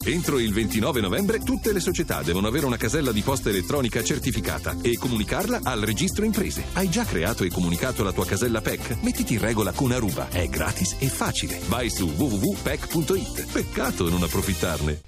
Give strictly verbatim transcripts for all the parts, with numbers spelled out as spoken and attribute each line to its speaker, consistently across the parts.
Speaker 1: Entro il ventinove novembre tutte le società devono avere una casella di posta elettronica certificata e comunicarla al registro imprese. Hai già creato e comunicato la tua casella P E C? Mettiti in regola con Aruba. È gratis e facile. Vai su w w w punto p e c punto i t. Peccato non approfittarne.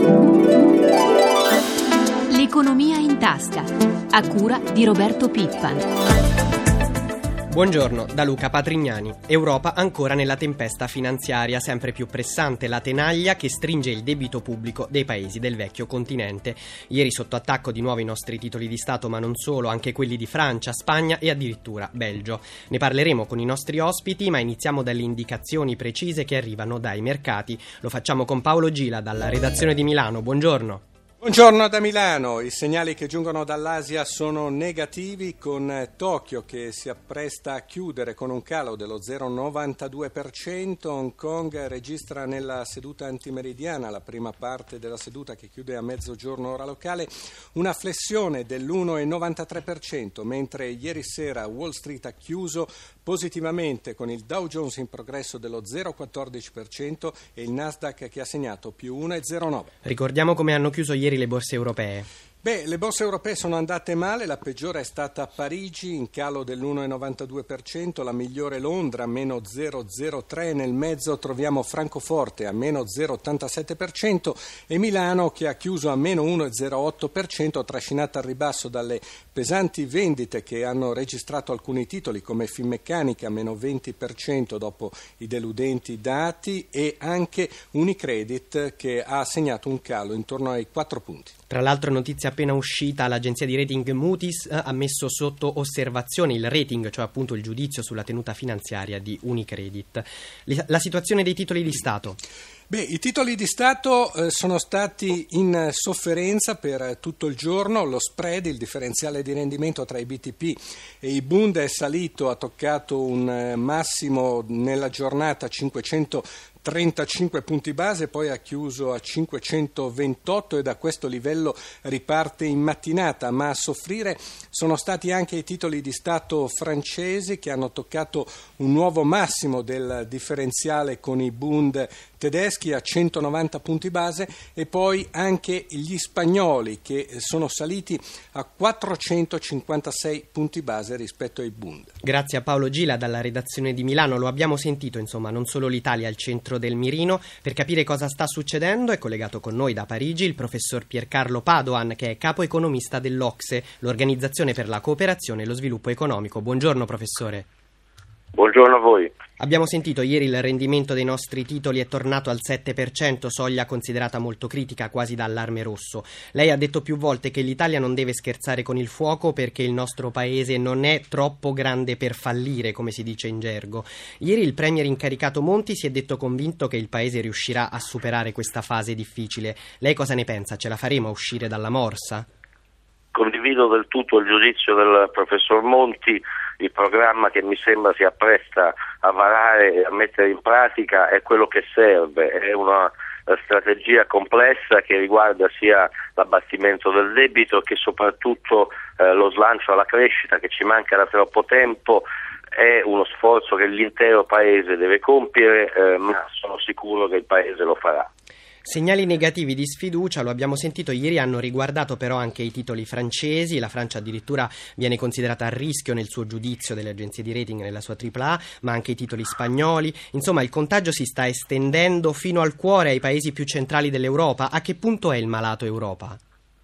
Speaker 2: L'economia in tasca, a cura di Roberto Pippan.
Speaker 3: Buongiorno, da Luca Patrignani. Europa ancora nella tempesta finanziaria, sempre più pressante la tenaglia che stringe il debito pubblico dei paesi del vecchio continente. Ieri sotto attacco di nuovo i nostri titoli di Stato, ma non solo, anche quelli di Francia, Spagna e addirittura Belgio. Ne parleremo con i nostri ospiti, ma iniziamo dalle indicazioni precise che arrivano dai mercati. Lo facciamo con Paolo Gila dalla redazione di Milano. Buongiorno.
Speaker 4: Buongiorno da Milano, i segnali che giungono dall'Asia sono negativi, con Tokyo che si appresta a chiudere con un calo dello zero virgola novantadue per cento, Hong Kong registra nella seduta antimeridiana, la prima parte della seduta che chiude a mezzogiorno ora locale, una flessione dell'uno virgola novantatré per cento, mentre ieri sera Wall Street ha chiuso positivamente con il Dow Jones in progresso dello zero virgola quattordici per cento e il Nasdaq che ha segnato più uno virgola zero nove.
Speaker 3: Ricordiamo come hanno chiuso ieri le borse europee.
Speaker 4: Beh, le borse europee sono andate male, la peggiore è stata Parigi, in calo dell'uno virgola novantadue per cento, la migliore Londra, meno zero virgola zero tre, nel mezzo troviamo Francoforte a meno zero virgola ottantasette per cento e Milano che ha chiuso a meno uno virgola zero otto per cento, trascinata al ribasso dalle pesanti vendite che hanno registrato alcuni titoli come Finmeccanica, meno venti per cento dopo i deludenti dati, e anche Unicredit che ha segnato un calo intorno ai quattro punti.
Speaker 3: Tra l'altro, notizia appena uscita, l'agenzia di rating Moody's ha messo sotto osservazione il rating, cioè appunto il giudizio sulla tenuta finanziaria di Unicredit. La situazione dei titoli di Stato.
Speaker 4: Beh, i titoli di Stato eh, sono stati in sofferenza per tutto il giorno, lo spread, il differenziale di rendimento tra i B T P e i Bund è salito, ha toccato un eh, massimo nella giornata cinquecentotrentacinque punti base, poi ha chiuso a cinquecentoventotto e da questo livello riparte in mattinata, ma a soffrire sono stati anche i titoli di Stato francesi che hanno toccato un nuovo massimo del differenziale con i Bund tedeschi a centonovanta punti base, e poi anche gli spagnoli che sono saliti a quattrocentocinquantasei punti base rispetto ai Bund.
Speaker 3: Grazie a Paolo Gila dalla redazione di Milano. Lo abbiamo sentito, insomma, non solo l'Italia al centro del mirino. Per capire cosa sta succedendo è collegato con noi da Parigi il professor Piercarlo Padoan, che è capo economista dell'O C S E, l'Organizzazione per la Cooperazione e lo Sviluppo Economico. Buongiorno professore.
Speaker 5: Buongiorno a voi.
Speaker 3: Abbiamo sentito ieri il rendimento dei nostri titoli è tornato al sette per cento, soglia considerata molto critica, quasi da allarme rosso. Lei ha detto più volte che l'Italia non deve scherzare con il fuoco perché il nostro paese non è troppo grande per fallire, come si dice in gergo. Ieri il premier incaricato Monti si è detto convinto che il paese riuscirà a superare questa fase difficile. Lei cosa ne pensa? Ce la faremo a uscire dalla morsa?
Speaker 5: Condivido del tutto il giudizio del professor Monti. Il programma che mi sembra si appresta a varare e a mettere in pratica è quello che serve, è una strategia complessa che riguarda sia l'abbattimento del debito che soprattutto eh, lo slancio alla crescita che ci manca da troppo tempo. È uno sforzo che l'intero Paese deve compiere, eh, ma sono sicuro che il Paese lo farà.
Speaker 3: Segnali negativi di sfiducia, lo abbiamo sentito ieri, hanno riguardato però anche i titoli francesi. La Francia addirittura viene considerata a rischio nel suo giudizio delle agenzie di rating nella sua tripla A, ma anche i titoli spagnoli. Insomma, il contagio si sta estendendo fino al cuore, ai paesi più centrali dell'Europa. A che punto è il malato Europa?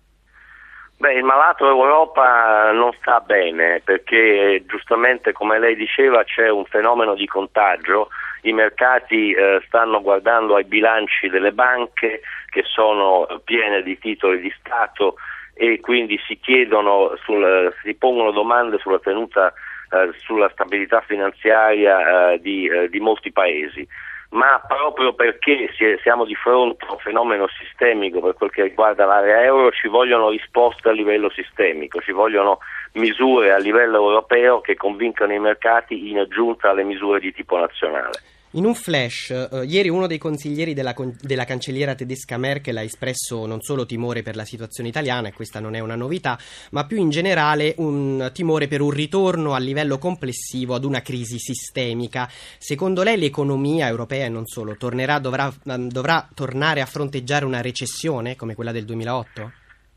Speaker 5: Beh, il malato Europa non sta bene perché giustamente, come lei diceva, c'è un fenomeno di contagio. I mercati eh, stanno guardando ai bilanci delle banche che sono piene di titoli di Stato e quindi si chiedono, sul, si pongono domande sulla tenuta, eh, sulla stabilità finanziaria eh, di, eh, di molti paesi. Ma proprio perché siamo di fronte a un fenomeno sistemico per quel che riguarda l'area euro, ci vogliono risposte a livello sistemico, ci vogliono misure a livello europeo che convincano i mercati in aggiunta alle misure di tipo nazionale.
Speaker 3: In un flash, eh, ieri uno dei consiglieri della, con- della cancelliera tedesca Merkel ha espresso non solo timore per la situazione italiana, e questa non è una novità, ma più in generale un timore per un ritorno a livello complessivo ad una crisi sistemica. Secondo lei l'economia europea e non solo tornerà, dovrà, dovrà tornare a fronteggiare una recessione come quella del duemilaotto?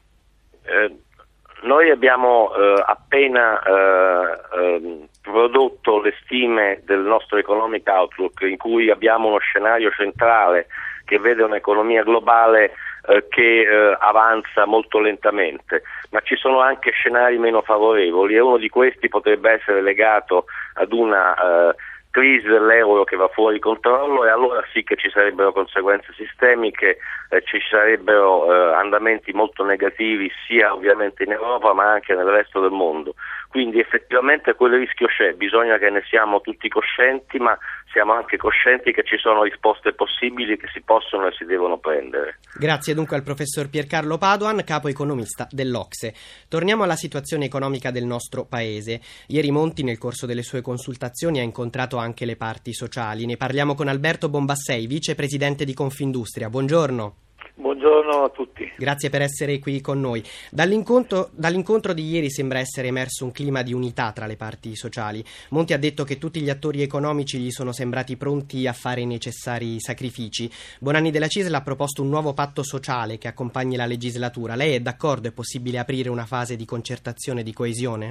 Speaker 5: Eh, noi abbiamo eh, appena eh, eh, prodotto le stime del nostro Economic Outlook, in cui abbiamo uno scenario centrale che vede un'economia globale eh, che eh, avanza molto lentamente, ma ci sono anche scenari meno favorevoli e uno di questi potrebbe essere legato ad una eh, crisi dell'euro che va fuori controllo, e allora sì che ci sarebbero conseguenze sistemiche, eh, ci sarebbero eh, andamenti molto negativi sia ovviamente in Europa ma anche nel resto del mondo. Quindi effettivamente quel rischio c'è, bisogna che ne siamo tutti coscienti, ma siamo anche coscienti che ci sono risposte possibili che si possono e si devono prendere.
Speaker 3: Grazie dunque al professor Piercarlo Padoan, capo economista dell'Ocse. Torniamo alla situazione economica del nostro paese. Ieri Monti nel corso delle sue consultazioni ha incontrato anche le parti sociali. Ne parliamo con Alberto Bombassei, vicepresidente di Confindustria. Buongiorno.
Speaker 6: Buongiorno a tutti.
Speaker 3: Grazie per essere qui con noi. Dall'incontro, dall'incontro di ieri sembra essere emerso un clima di unità tra le parti sociali. Monti ha detto che tutti gli attori economici gli sono sembrati pronti a fare i necessari sacrifici. Bonanni della Cisl ha proposto un nuovo patto sociale che accompagni la legislatura. Lei è d'accordo? È possibile aprire una fase di concertazione e di coesione?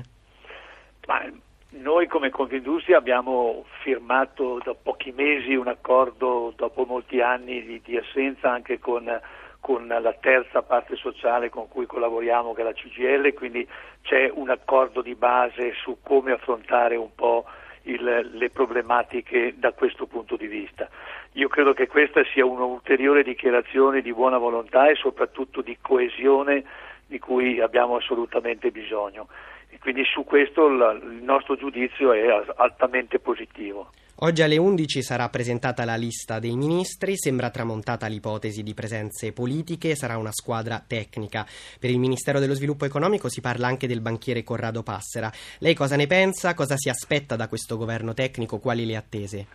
Speaker 6: Ma noi come Confindustria abbiamo firmato da pochi mesi un accordo dopo molti anni di, di assenza anche con, con la terza parte sociale con cui collaboriamo, che è la C G I L, quindi c'è un accordo di base su come affrontare un po' il, le problematiche da questo punto di vista. Io credo che questa sia un'ulteriore dichiarazione di buona volontà e soprattutto di coesione di cui abbiamo assolutamente bisogno. E quindi su questo il nostro giudizio è altamente positivo.
Speaker 3: Oggi alle undici sarà presentata la lista dei ministri, sembra tramontata l'ipotesi di presenze politiche, sarà una squadra tecnica. Per il Ministero dello Sviluppo Economico si parla anche del banchiere Corrado Passera. Lei cosa ne pensa? Cosa si aspetta da questo governo tecnico? Quali le attese?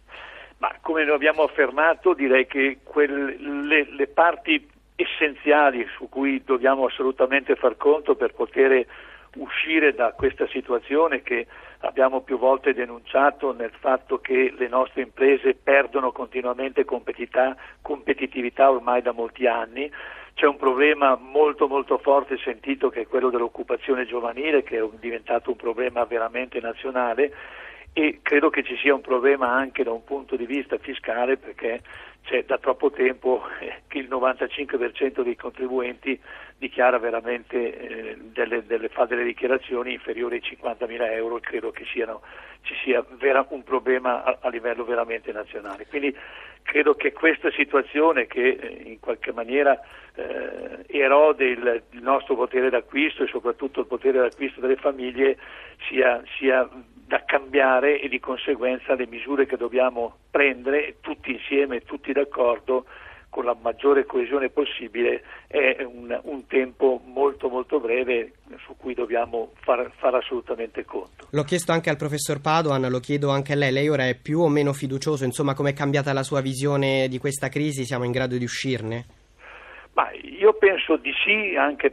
Speaker 6: Ma come lo abbiamo affermato, direi che quelle, le, le parti essenziali su cui dobbiamo assolutamente far conto per poter uscire da questa situazione che abbiamo più volte denunciato, nel fatto che le nostre imprese perdono continuamente competitività, competitività ormai da molti anni. C'è un problema molto molto forte e sentito che è quello dell'occupazione giovanile, che è diventato un problema veramente nazionale, e credo che ci sia un problema anche da un punto di vista fiscale, perché c'è da troppo tempo eh, che il novantacinque per cento dei contribuenti dichiara veramente eh, delle, delle, fa delle dichiarazioni inferiori ai cinquantamila euro, e credo che siano, ci sia vera, un problema a, a livello veramente nazionale. Quindi credo che questa situazione che eh, in qualche maniera eh, erode il, il nostro potere d'acquisto e soprattutto il potere d'acquisto delle famiglie sia, sia da cambiare, e di conseguenza le misure che dobbiamo prendere tutti insieme, tutti d'accordo, con la maggiore coesione possibile, è un, un tempo molto molto breve su cui dobbiamo far, far assolutamente conto.
Speaker 3: L'ho chiesto anche al professor Padoan, lo chiedo anche a lei. Lei ora è più o meno fiducioso? Insomma, com'è cambiata la sua visione di questa crisi? Siamo in grado di uscirne?
Speaker 6: Ma io penso di sì, anche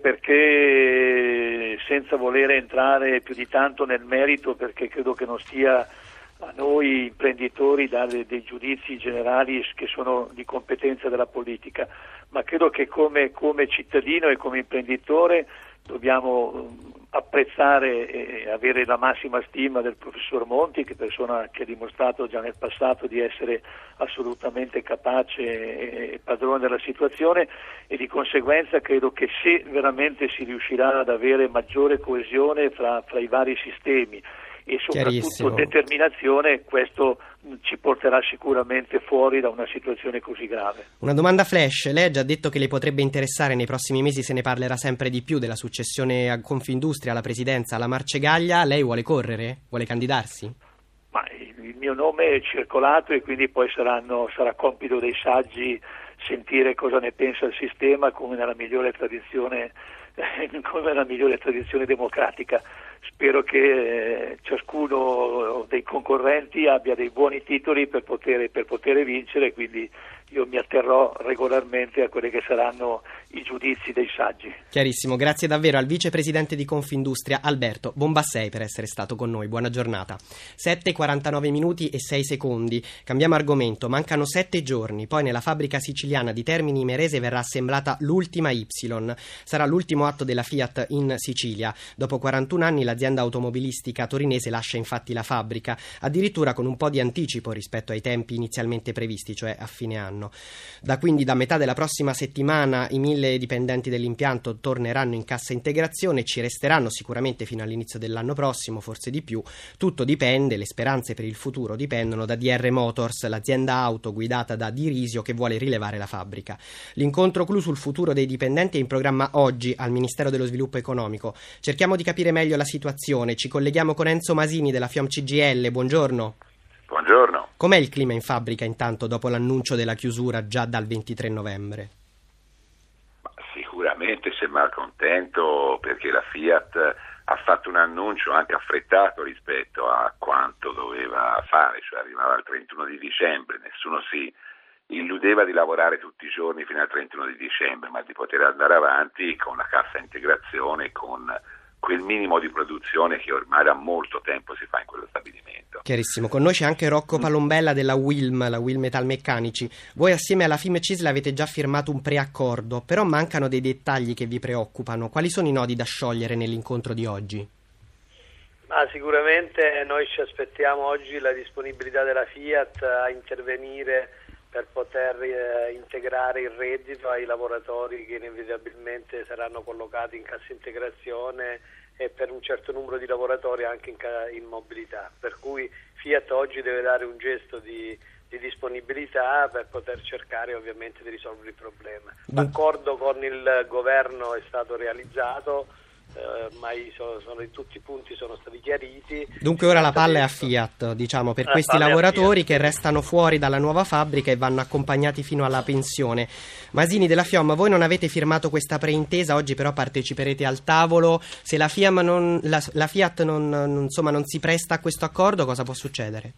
Speaker 6: perché, senza voler entrare più di tanto nel merito, perché credo che non stia a noi imprenditori dare dei giudizi generali che sono di competenza della politica, ma credo che come, come cittadino e come imprenditore dobbiamo apprezzare e avere la massima stima del professor Monti, che è persona che ha dimostrato già nel passato di essere assolutamente capace e padrone della situazione, e di conseguenza credo che se veramente si riuscirà ad avere maggiore coesione fra, fra i vari sistemi e soprattutto determinazione, questo ci porterà sicuramente fuori da una situazione così grave.
Speaker 3: Una domanda flash: lei ha già detto che le potrebbe interessare, nei prossimi mesi se ne parlerà sempre di più, della successione a Confindustria, alla presidenza, alla Marcegaglia. Lei vuole correre? Vuole candidarsi?
Speaker 6: Ma il mio nome è circolato e quindi poi saranno, sarà compito dei saggi sentire cosa ne pensa il sistema, come nella migliore tradizione come nella migliore tradizione democratica. spero che eh, ciascuno dei concorrenti abbia dei buoni titoli per poter, per poter vincere, quindi io mi atterrò regolarmente a quelli che saranno i giudizi dei saggi.
Speaker 3: Chiarissimo, grazie davvero al vicepresidente di Confindustria Alberto Bombassei per essere stato con noi. Buona giornata. sette e quarantanove minuti e sei secondi. Cambiamo argomento. Mancano sette giorni, poi nella fabbrica siciliana di Termini Imerese verrà assemblata l'ultima Y. Sarà l'ultimo atto della Fiat in Sicilia. Dopo quarantuno anni l'azienda automobilistica torinese lascia infatti la fabbrica, addirittura con un po' di anticipo rispetto ai tempi inizialmente previsti, cioè a fine anno. Da quindi da metà della prossima settimana i mille dipendenti dell'impianto torneranno in cassa integrazione, ci resteranno sicuramente fino all'inizio dell'anno prossimo, forse di più. Tutto dipende, le speranze per il futuro dipendono da D R Motors, l'azienda auto guidata da Di Risio che vuole rilevare la fabbrica. L'incontro clou sul futuro dei dipendenti è in programma oggi al Ministero dello Sviluppo Economico. Cerchiamo di capire meglio la situazione, ci colleghiamo con Enzo Masini della FIOM C G I L, buongiorno.
Speaker 7: Buongiorno.
Speaker 3: Com'è il clima in fabbrica intanto dopo l'annuncio della chiusura già dal ventitré novembre?
Speaker 7: Ma sicuramente sei malcontento perché la Fiat ha fatto un annuncio anche affrettato rispetto a quanto doveva fare, cioè arrivava al trentuno di dicembre, nessuno si illudeva di lavorare tutti i giorni fino al trentuno di dicembre, ma di poter andare avanti con la cassa integrazione, con quel minimo di produzione che ormai da molto tempo si fa in quello stabilimento.
Speaker 3: Chiarissimo, con noi c'è anche Rocco Palombella della Wilm, la Wilm Metalmeccanici. Voi assieme alla Fimecisl avete già firmato un preaccordo, però mancano dei dettagli che vi preoccupano. Quali sono i nodi da sciogliere nell'incontro di oggi?
Speaker 8: Ma sicuramente noi ci aspettiamo oggi la disponibilità della Fiat a intervenire per poter eh, integrare il reddito ai lavoratori che inevitabilmente saranno collocati in cassa integrazione e per un certo numero di lavoratori anche in, ca- in mobilità. Per cui Fiat oggi deve dare un gesto di, di disponibilità per poter cercare ovviamente di risolvere il problema. L'accordo con il governo è stato realizzato, eh, ma sono, sono, tutti i punti sono stati chiariti.
Speaker 3: Dunque ora la palla è a Fiat, diciamo, per questi lavoratori che restano fuori dalla nuova fabbrica e vanno accompagnati fino alla pensione. Masini della FIOM, voi non avete firmato questa preintesa, oggi però parteciperete al tavolo. Se la, FIAM non, la, la Fiat non, non, insomma, non si presta a questo accordo, cosa può succedere?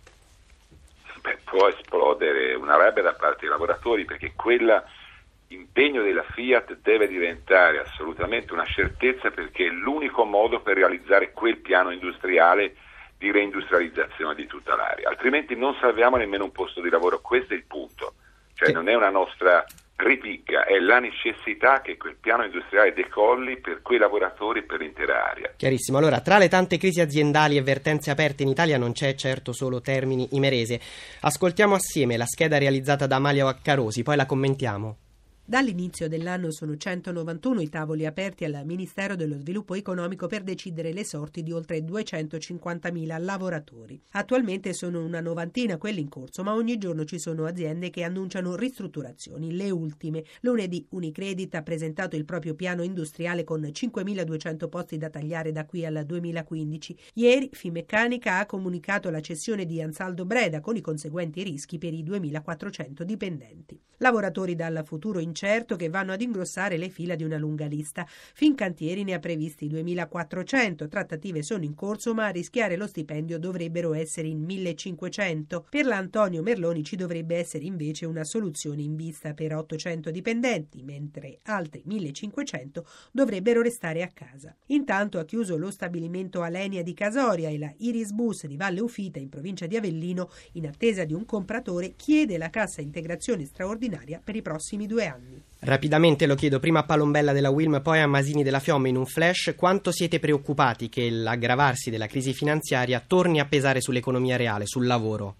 Speaker 7: Beh, può esplodere una rabbia da parte dei lavoratori, perché quella impegno della Fiat deve diventare assolutamente una certezza, perché è l'unico modo per realizzare quel piano industriale di reindustrializzazione di tutta l'area, altrimenti non salviamo nemmeno un posto di lavoro. Questo è il punto, cioè sì. Non è una nostra ripicca, è la necessità che quel piano industriale decolli per quei lavoratori e per l'intera area.
Speaker 3: Chiarissimo. Allora, tra le tante crisi aziendali e vertenze aperte in Italia non c'è certo solo Termini Imerese. Ascoltiamo assieme la scheda realizzata da Amalia Vaccarosi, poi la commentiamo.
Speaker 9: Dall'inizio dell'anno sono centonovantuno i tavoli aperti al Ministero dello Sviluppo Economico per decidere le sorti di oltre duecentocinquantamila lavoratori. Attualmente sono una novantina quelli in corso, ma ogni giorno ci sono aziende che annunciano ristrutturazioni. Le ultime. Lunedì Unicredit ha presentato il proprio piano industriale con cinquemiladuecento posti da tagliare da qui al duemilaquindici. Ieri Finmeccanica ha comunicato la cessione di Ansaldo Breda con i conseguenti rischi per i duemilaquattrocento dipendenti. Lavoratori dal futuro incerto che vanno ad ingrossare le fila di una lunga lista. Fincantieri ne ha previsti duemilaquattrocento, trattative sono in corso, ma a rischiare lo stipendio dovrebbero essere in millecinquecento. Per la Antonio Merloni ci dovrebbe essere invece una soluzione in vista per ottocento dipendenti, mentre altri millecinquecento dovrebbero restare a casa. Intanto ha chiuso lo stabilimento Alenia di Casoria e la Iris Bus di Valle Ufita in provincia di Avellino, in attesa di un compratore, chiede la cassa integrazione straordinaria per i prossimi due anni.
Speaker 3: Rapidamente lo chiedo prima a Palombella della Wilm, poi a Masini della FIOM in un flash. Quanto siete preoccupati che l'aggravarsi della crisi finanziaria torni a pesare sull'economia reale, sul lavoro?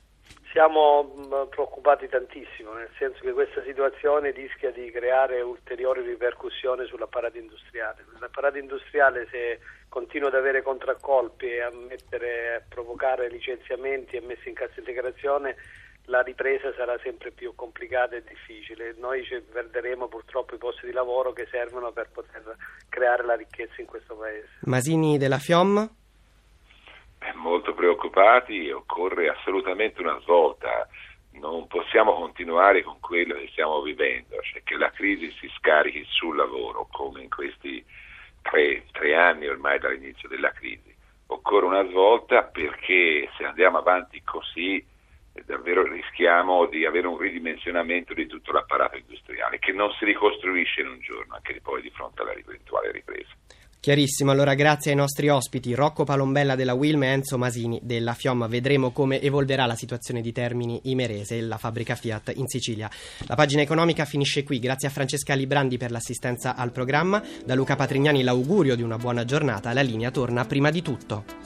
Speaker 8: Siamo preoccupati tantissimo, nel senso che questa situazione rischia di creare ulteriori ripercussioni sull'apparato industriale. L'apparato industriale, se continua ad avere contraccolpi e a mettere, a provocare licenziamenti e messe in cassa integrazione, la ripresa sarà sempre più complicata e difficile. Noi ci perderemo purtroppo i posti di lavoro che servono per poter creare la ricchezza in questo paese.
Speaker 3: Masini della FIOM?
Speaker 7: Beh, molto preoccupati, occorre assolutamente una svolta. Non possiamo continuare con quello che stiamo vivendo, cioè che la crisi si scarichi sul lavoro come in questi tre, tre anni ormai dall'inizio della crisi. occorre una svolta, perché se andiamo avanti così davvero rischiamo di avere un ridimensionamento di tutto l'apparato industriale che non si ricostruisce in un giorno, anche poi di fronte alla eventuale ripresa.
Speaker 3: Chiarissimo, allora grazie ai nostri ospiti Rocco Palombella della Wilm e Enzo Masini della FIOM. Vedremo come evolverà la situazione di Termini Imerese, la fabbrica Fiat in Sicilia. La pagina economica finisce qui, grazie a Francesca Librandi per l'assistenza al programma. Da Luca Patrignani l'augurio di una buona giornata, la linea torna prima di tutto.